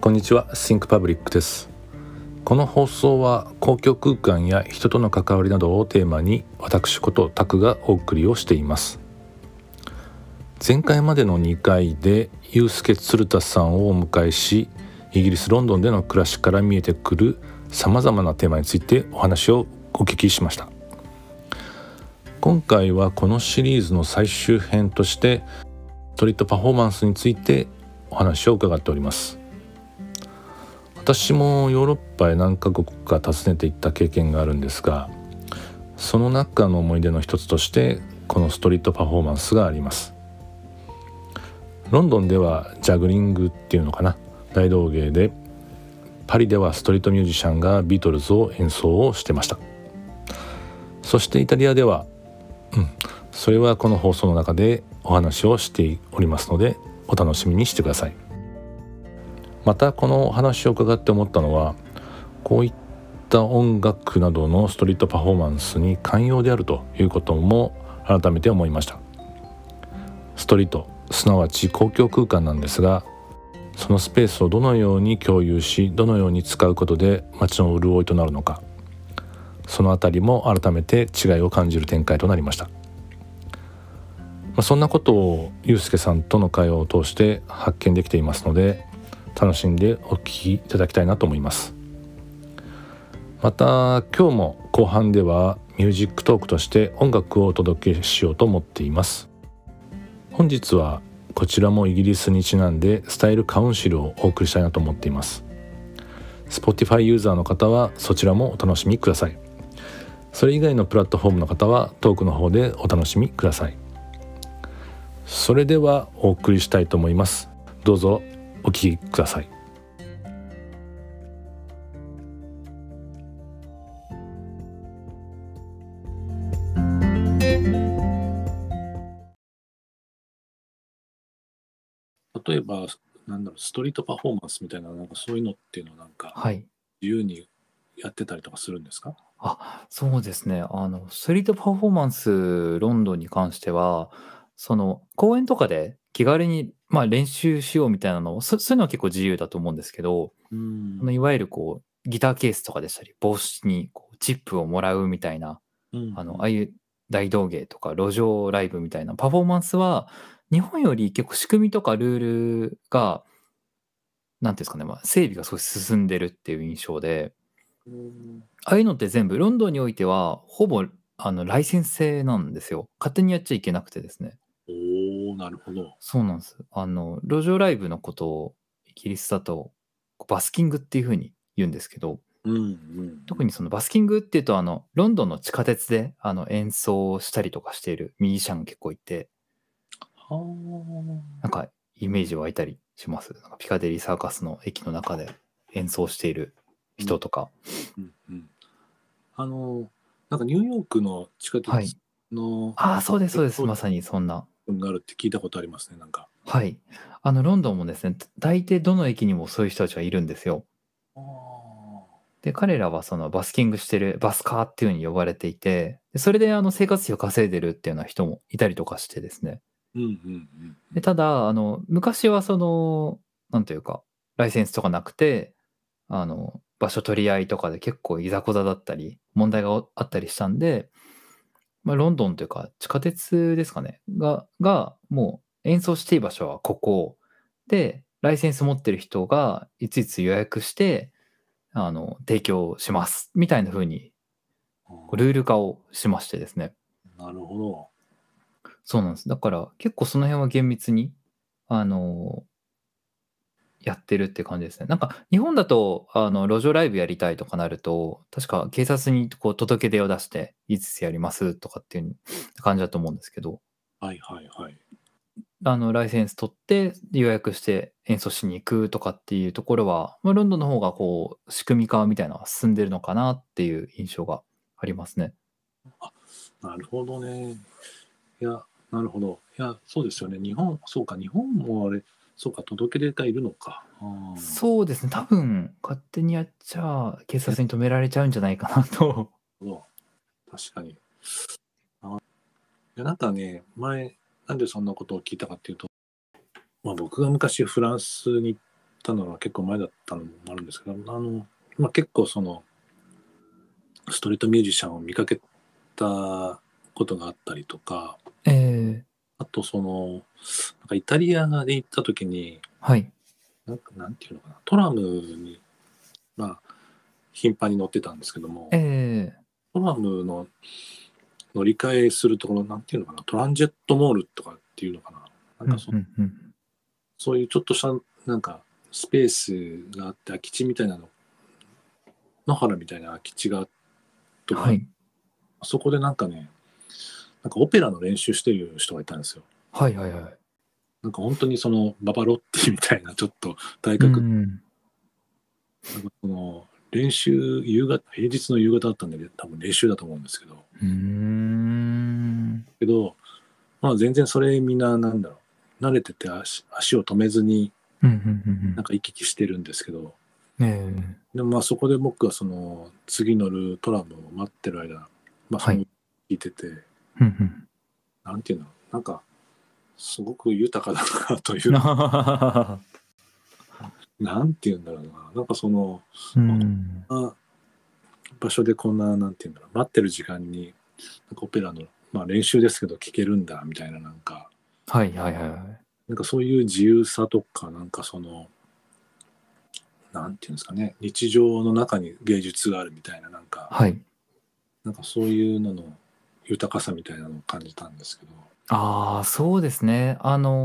こんにちは、Think Public です。この放送は公共空間や人との関わりなどをテーマに私ことタクがお送りをしています。前回までの2回でユースケ・鶴田さんをお迎えし、イギリス・ロンドンでの暮らしから見えてくるさまざまなテーマについてお話をお聞きしました。今回はこのシリーズの最終編としてストリートパフォーマンスについてお話を伺っております。私もヨーロッパへ何カ国か訪ねていった経験があるんですが、その中の思い出の一つとしてこのストリートパフォーマンスがあります。ロンドンではジャグリングっていうのかな、大道芸で、パリではストリートミュージシャンがビートルズを演奏をしてました。そしてイタリアでは、それはこの放送の中でお話をしておりますのでお楽しみにしてください。またこのお話を伺って思ったのは、こういった音楽などのストリートパフォーマンスに寛容であるということも改めて思いました。ストリート、すなわち公共空間なんですが、そのスペースをどのように共有し、どのように使うことで街の潤いとなるのか、そのあたりも改めて違いを感じる展開となりました。そんなことをゆうすけさんとの会話を通して発見できていますので、楽しんでお聞きいただきたいなと思います。また今日も後半ではミュージックトークとして音楽をお届けしようと思っています。本日はこちらもイギリスにちなんでスタイルカウンシルをお送りしたいなと思っています。 Spotify ユーザーの方はそちらもお楽しみください。それ以外のプラットフォームの方はトークの方でお楽しみください。それではお送りしたいと思います。どうぞお聞きください。例えばストリートパフォーマンスみたいな、そういうのっていうのははい。 自由にやってたりとかするんですか？ そうですね。ストリートパフォーマンス、ロンドンに関しては、公園とかで気軽に、練習しようみたいなのを、そういうのは結構自由だと思うんですけど、 うん、 いわゆるギターケースとかでしたり、帽子にチップをもらうみたいな、 うん、 ああいう大道芸とか路上ライブみたいなパフォーマンスは、日本より結構仕組みとかルールが、なんていうんですかね、整備が少し進んでるっていう印象で、 うん。 ああいうのって全部ロンドンにおいては、ほぼライセンス制なんですよ。勝手にやっちゃいけなくてですね。 おお、なるほど。 そうなんです。路上ライブのことをイギリスだと、バスキングっていう風に言うんですけど、 うんうん特にそのバスキングっていうと、ロンドンの地下鉄で、演奏をしたりとかしているミュージシャンが結構いて、 はあ。 なんかイメージ湧いたりします？なんかピカデリーサーカスの駅の中で演奏しているうん人とか。 うんうん。ニューヨークの地下はい。 鉄のそうですそうです。まさにそんな。 があるって聞いたことありますね。 はい。ロンドンもですね、大抵どの駅にもそういう人たちがいるんですよ。 ああ。 で、彼らはそのバスキングしてるバスカーっていう風に呼ばれていて、で、それで生活費を稼いでるっていうような人もいたりとかしてですね。 うんうんうんうで、 ん。 ただ、昔はなんというか、ライセンスとかなくて、場所取り合いとかで結構いざこざだったり、問題があったりしたんで、ロンドンというか、地下鉄ですかね、もう演奏していい場所はここで、ライセンス持ってる人がいついつ予約して、提供しますみたいな風に、ルール化をしましてですね。 なるほど。 そうなんです。だから結構その辺は厳密に、あの、やってるって感じですね。なんか日本だと、路上ライブやりたいとかなると、確か警察に届け出を出して、いつやりますとかっていう感じだと思うんですけど、 はいはいはい。 ライセンス取って予約して演奏しに行くとかっていうところは、ロンドンの方が仕組み化みたいなのが進んでるのかなっていう印象がありますね。 なるほどね。いや、なるほど。いや、そうですよね。日本もあれ、そうか、届け出がいるのか。 そうですね、多分勝手にやっちゃ、警いや、 察に止められちゃうんじゃないかなと。 確かに。いや、前、なんでそんなことを聞いたかっていうと、僕が昔フランスに行ったのは結構前だったのもあるんですけど、結構そのストリートミュージシャンを見かけたことがあったりとか、あとそのなんかイタリアで行った時に、 はい。 なんていうのかな、トラムに頻繁に乗ってたんですけども、トラムの乗り換えするところ、なんていうのかな、トランジェットモールとかっていうのかな、そういうちょっとしたなんかスペースがあって、空き地みたいなの、野原みたいな空き地がとか、 はい。 そこでなんかオペラの練習してる人がいたんですよ。 はいはいはい。 なんか本当にそのババロッティみたいなちょっと体う格、 ん。 なんかその練習平日の夕方だったんで、多分練習だと思うんですけど、全然それみんな慣れてて足を止めずになんか行き来してるんですけど、でもそこで僕はその次乗るトラムを待ってる間、その聞いてて、なんていうの、なんかすごく豊かだなというなんていうんだろうな、なんかその、こんな場所でこんな、なんていうんだろう、待ってる時間になんかオペラの、練習ですけど聴けるんだみたいな、なんかそういう自由さとか、なんかそのなんていうんですかね、日常の中に芸術があるみたいな、なんかそういうのの豊かさみたいなのを感じたんですけど。 ああ、そうですね。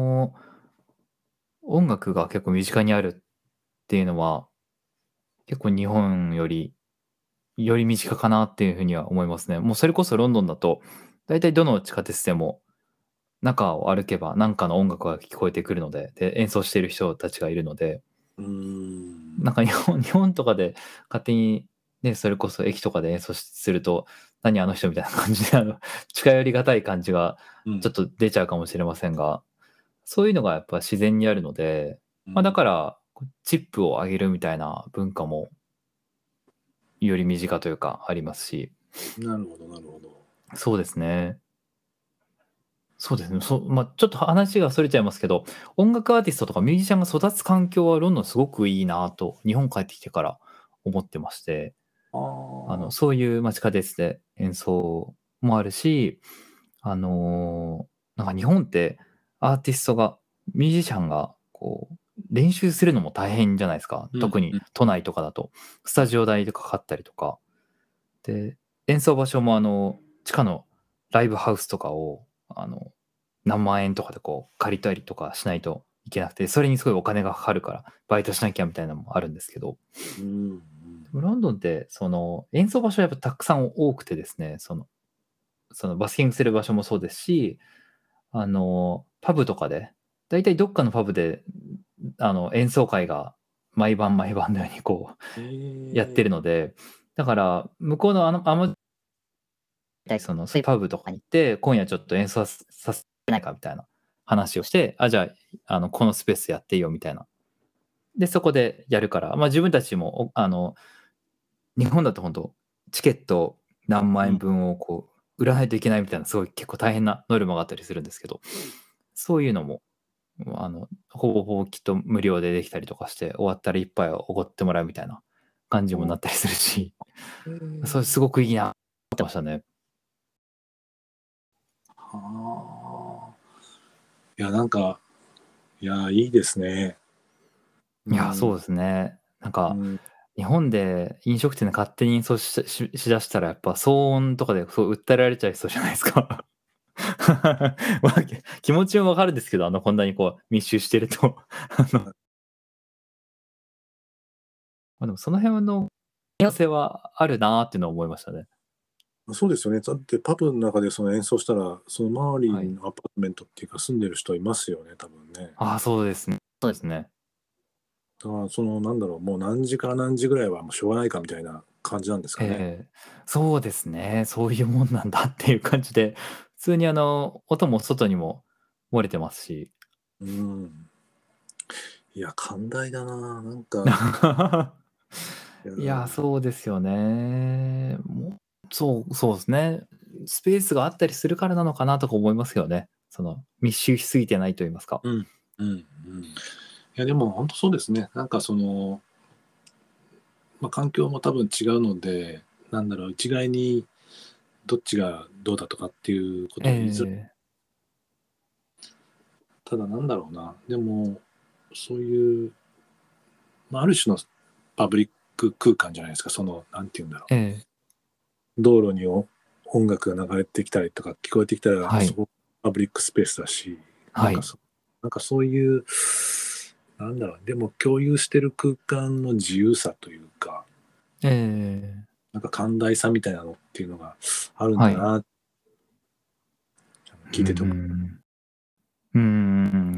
音楽が結構身近にあるっていうのは、結構日本より身近かなっていう風には思いますね。もうそれこそロンドンだと、だいたいどの地下鉄でも、中を歩けばなんかの音楽が聞こえてくるので、で、演奏している人たちがいるので、なんか日本とかで勝手にね、それこそ駅とかで演奏すると、何あの人みたいな感じで、近寄りがたい感じがちょっと出ちゃうかもしれませんが、そういうのがやっぱ自然にあるので、だから、チップをあげるみたいな文化もより身近というかありますし。 なるほどなるほど。 そうですね。そうですね。ちょっと話がそれちゃいますけど、音楽アーティストとかミュージシャンが育つ環境はロンドンすごくいいなと、日本帰ってきてから思ってまして、そういう地下鉄で演奏もあるし、なんか日本ってアーティストが、ミュージシャンがこう練習するのも大変じゃないですか。特に都内とかだと、スタジオ代とかかかったりとか。で、演奏場所も地下のライブハウスとかを、何万円とかで借りたりとかしないといけなくて、それにすごいお金がかかるから、バイトしなきゃみたいなのもあるんですけど、でもロンドンって演奏場所やっぱたくさん多くてですね、バスキングする場所もそうですし、パブとかで、だいたいどっかのパブで、演奏会が毎晩毎晩のようにやってるので、だから向こうのそういうパブとかに行って、今夜ちょっと演奏させないかみたいな話をして、じゃあ、このスペースやっていいよみたいな。で、そこでやるから、自分たちも、日本だと本当チケット何万円分を売らないといけないみたいな、すごい結構大変なノルマがあったりするんですけど、そういうのも、ほぼほぼきっと無料でできたりとかして、終わったら一杯をおごってもらうみたいな感じもなったりするし、それすごくいいなと思ってましたね。 はあ。いや、なんか、いや、いいですね。 いや、そうですね。なんか、 うん。 日本で飲食店で勝手に演奏しだしたら、やっぱ騒音とかで訴えられちゃいそうじゃないですか。気持ちはわかるんですけど、こんなに密集してると。の、でもその辺の可能性はあるなっていうのは思いましたね。 そうですよね。だってパブの中でその演奏したら、その周りはい。 のアパートメントっていうか住んでる人いますよね、多分ね。 ああ、そうですね。そうですね。 だからそのもう何時から何時ぐらいはもうしょうがないかみたいな感じなんですかね。 そうですね。そういうもんなんだっていう感じで、普通に音も外にも漏れてますし。 うん。いや、寛大だな。なんか、いやいや、そうですよね。そうですね。スペースがあったりするからなのかなとか思いますよね。密集しすぎてないと言いますか。 うん、うん、うん。いやでも本当そうですね。なんか環境も多分違うので、なんだろう、一概にどっちがどうだとかっていうことを言いづらい。 えただなんだろうな。でも、そういう、ある種のパブリック空間じゃないですか。なんて言うんだろえええう。道路に音楽が流れてきたりとか聞こえてきたら、 はい、 そこパブリックスペースだし、なはい。 んかなんかそういう、なんだろう、でも共有してる空間の自由さというか、 ええなんか寛大さみたいなのっていうのがあるんはい。 だな、 うんう聞いてても。 んうん。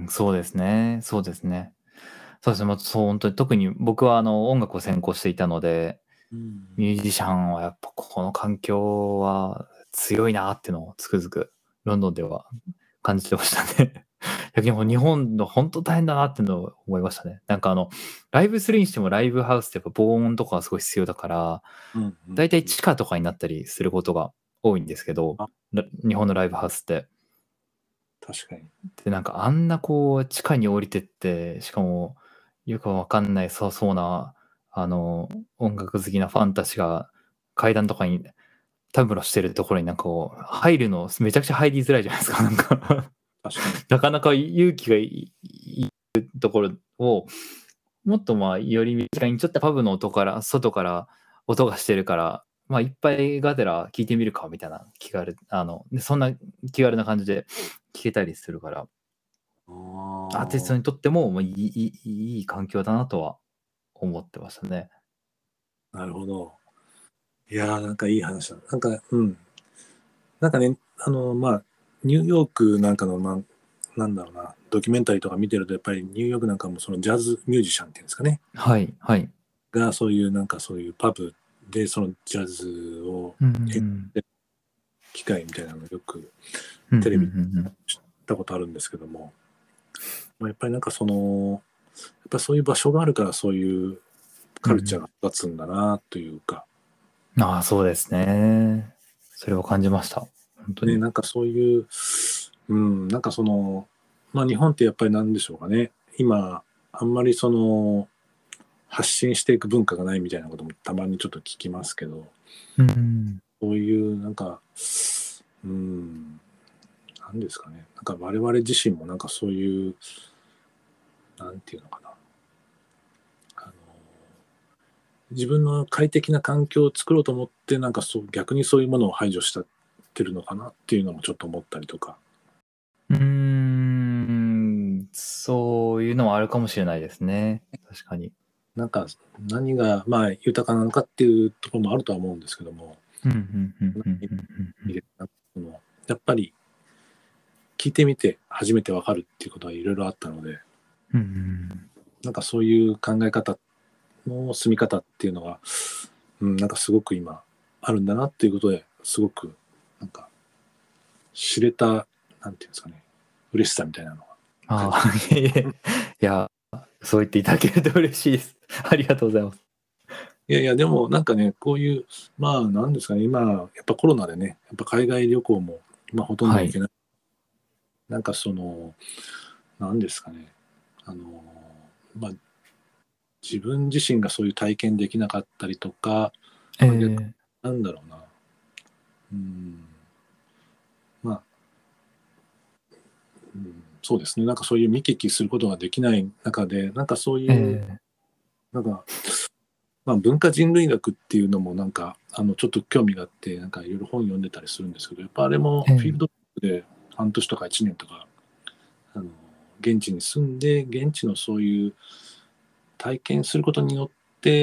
そうですね。そうですね。そうですね。そう、本当に特に僕は音楽を専攻していたので、 うん。 ミュージシャンはやっぱこの環境は強いなっていうのをつくづくロンドンでは感じてましたね。逆にもう日本の本当大変だなっていうのを思いましたね。なんかライブするにしてもライブハウスってやっぱ防音とかがすごい必要だから、 うんうんだいたいうん。 地下とかになったりすることが多いんですけど、 あ、 日本のライブハウスって。 確かに。 で、なんかあんなこう地下に降りてって、しかもよくわかんないそうな、あの、音楽好きなファンたちが階段とかにたむろしてるところになんかこう、入るのめちゃくちゃ入りづらいじゃないですか、なんか確かに。 なかなか勇気がいるところを、もっとより身近にちょっとパブの音から外から音がしてるから、いっぱいがてら聞いてみるかみたいな気軽でそんな気軽な感じで聞けたりするから、アーティストあにとっても、いい環境だなとは思ってましたね。 あ、なるほど。いやー、なんかいい話だ。なんか、うん。なんかね、ニューヨークなんかの、なんだろうな、ドキュメンタリーとか見てると、やっぱりニューヨークなんかもそのジャズミュージシャンっていうんですかね、 はいはい。 がそういうなんかそういうパブでそのジャズをうんうんう演ん。 じる機会みたいなのをよくうんうんテレビでうんうん。 知ったことあるんですけども、やっぱりなんかやっぱそういう場所があるからそういうカルチャーが育つんだなというか、 ああ、そうですね。それを感じました。本当ね、 に。 なんかそういう、うん、なんか日本ってやっぱりなんでしょうかね、今、あんまり発信していく文化がないみたいなこともたまにちょっと聞きますけど、 うん。 そういうなんか、うん、なんですかね、なんか我々自身もなんかそういう、なんていうのかな、あの自分の快適な環境を作ろうと思って、なんか逆にそういうものを排除したってるのかなっていうのもちょっと思ったりとか、 そういうのはあるかもしれないですね。確かに。 なんか何が豊かなのかっていうところもあるとは思うんですけども、 うん、うんうんうんうんうん。 やっぱり聞いてみて初めてわかるっていうことはいろいろあったので、 うんうんなんかそういう考え方の住み方っていうのが、なんかすごく今あるんだなっていうことですごくなんか知れた、なんていうんですかね、嬉しさみたいなのが感じ。 ああ、いえいえ。いや、そう言っていただけると嬉しいです。ありがとうございます。 いやいや、でもなんかね、こういう、なんですかね、今、やっぱコロナでね、やっぱ海外旅行も、ほとんはい。 ど行けない。なんかなんですかね、あの、まあ、自分自身がそういう体験できなかったりとか、 え逆え、 なんだろうな、うん、まあ、そうですね、なんかそういう見聞きすることができない中で、なんかそうえいう、 え、 なんか、文化人類学っていうのもなんか、ちょっと興味があって、なんかいろいろ本読んでたりするんですけど、やっぱあれもええ。 フィールドで半年とか1年とか、あの、現地に住んで、現地のそういう体験することによって、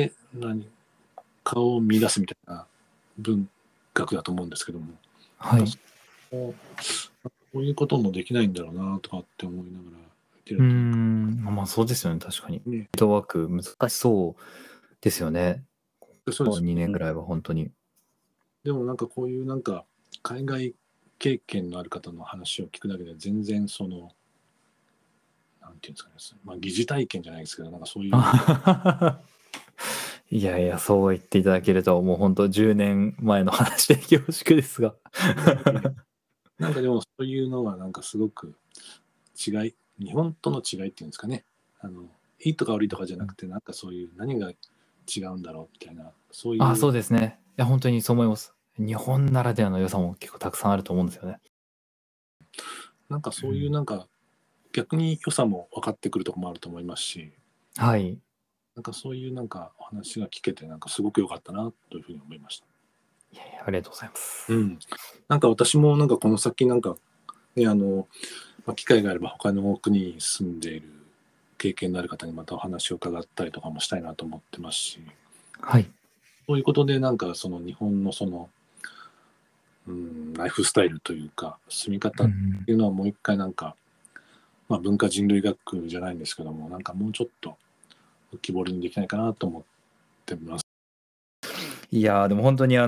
顔を見出すみたいな文学だと思うんですけども、なんかはい。 こういうこともできないんだろうなとかって思いながら見てると、なんかそうですよね、確かに。 ね、 ネットワーク難しそうですよね。 そうです。 2年ぐらいは本当に。 でもなんかこういうなんか海外経験のある方の話を聞くだけで全然なんていうんですかね、疑似体験じゃないですけど、なんかそういう、 いやいや、そう言っていただけると、もう本当10年前の話で恐縮ですが。 いやいやいや、なんかでもそういうのはなんかすごく日本との違いっていうんですかね。 いいとか悪いとかじゃなくて、なんかそういう何が違うんだろうみたいな、そういう。 そうですね。いや、本当にそう思います。日本ならではの良さも結構たくさんあると思うんですよね。 なんかそういうなんか逆に良さも分かってくるところもあると思いますし、 はい。 なんかそういうなんかお話が聞けてなんかすごく良かったなというふうに思いました。 いやいや、ありがとうございます。 なんか私もなんかこの先なんか、ね、機会があれば他の国に住んでいる経験のある方にまたお話を伺ったりとかもしたいなと思ってますし、 はい。 そういうことでなんかその日本のその、ライフスタイルというか住み方っていうのはもう一回なんか、文化人類学じゃないんですけども、なんかもうちょっと浮き彫りにできないかなと思ってます。 いやー、でも本当に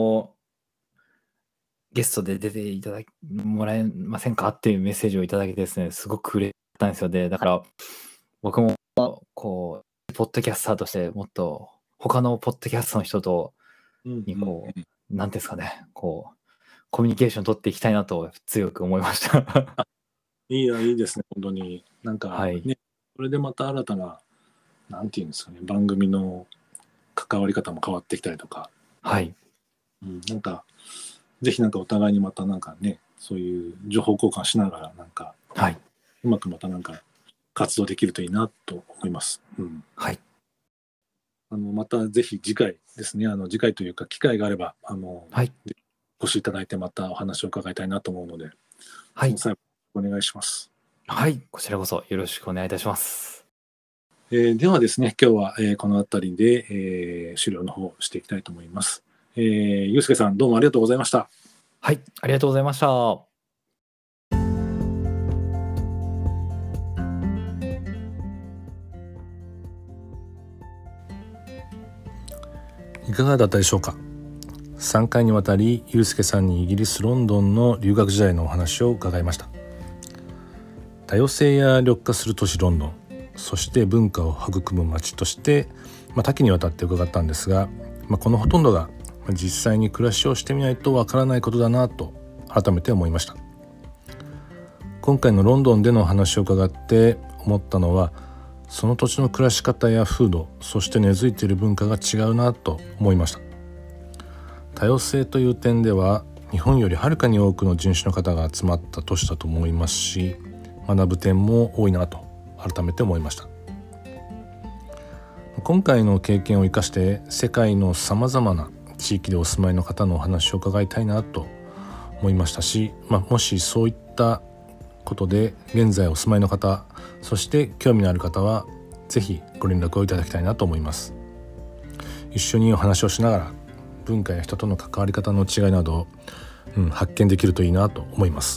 ゲストで出てもらえませんかっていうメッセージをいただけてですね、すごく嬉しかったんですよ。で、だから僕もこうポッドキャスターとしてもっと他のポッドキャストの人とにこう、なんですかね、こうコミュニケーション取っていきたいなと強く思いました。 いいですね、本当に。なんかね、 はい、 それでまた新たな、なんていうんですかね、番組の関わり方も変わってきたりとか、 はい、 なんか、ぜひなんかお互いにまたなんかね、そういう情報交換しながら、なんか、 はい、 うまくまたなんか活動できるといいなと思います。 はい。 またぜひ次回ですね、次回というか機会があれば、 はい、 お越しいただいてまたお話を伺いたいなと思うので、 はい、 その際お願いします。 はい、こちらこそよろしくお願いいたします。 ではですね、今日は、この辺りで、終了の方していきたいと思います。ゆうすけさん、どうもありがとうございました。 はい、ありがとうございました。 いかがだったでしょうか。3回にわたりゆうすけさんにイギリス・ロンドンの留学時代のお話を伺いました。多様性や緑化する都市ロンドン、そして文化を育む街として、多岐にわたって伺ったんですが、このほとんどが実際に暮らしをしてみないとわからないことだなと改めて思いました。今回のロンドンでのお話を伺って思ったのは、その土地の暮らし方や風土、そして根付いている文化が違うなと思いました。多様性という点では日本よりはるかに多くの人種の方が集まった都市だと思いますし、学ぶ点も多いなと改めて思いました。今回の経験を生かして世界のさまざまな地域でお住まいの方のお話を伺いたいなと思いましたし、もしそういったことで現在お住まいの方、そして興味のある方はぜひご連絡をいただきたいなと思います。一緒にお話をしながら文化や人との関わり方の違いなど、発見できるといいなと思います。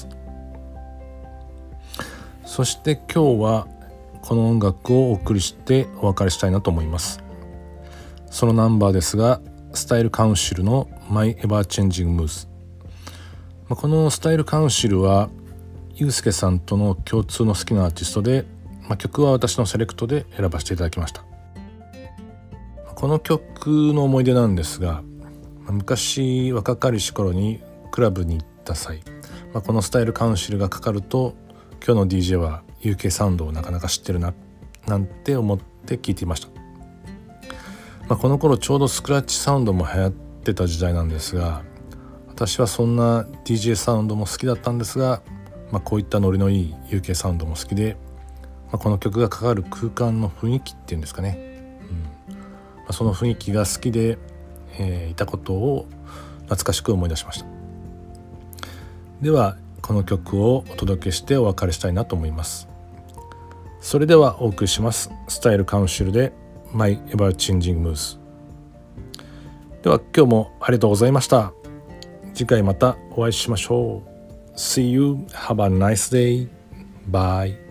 そして今日はこの音楽をお送りしてお別れしたいなと思います。そのナンバーですが、スタイルカウンシルの My Ever Changing Moves。このスタイルカウンシルはゆうすけさんとの共通の好きなアーティストで、曲は私のセレクトで選ばせていただきました。この曲の思い出なんですが、昔若かりし頃にクラブに行った際、このスタイルカウンシルがかかると、今日の DJ は UK サウンドをなかなか知ってるななんて思って聞いていました。この頃ちょうどスクラッチサウンドも流行ってた時代なんですが、私はそんな DJ サウンドも好きだったんですが、こういったノリのいい UK サウンドも好きで、この曲がかかる空間の雰囲気っていうんですかね、その雰囲気が好きで、いたことを懐かしく思い出しました。ではこの曲をお届けしてお別れしたいなと思います。それではお送りします。スタイルカウンシルで My Ever Changing Moves。 では今日もありがとうございました。次回またお会いしましょう。See you. Have a nice day. Bye.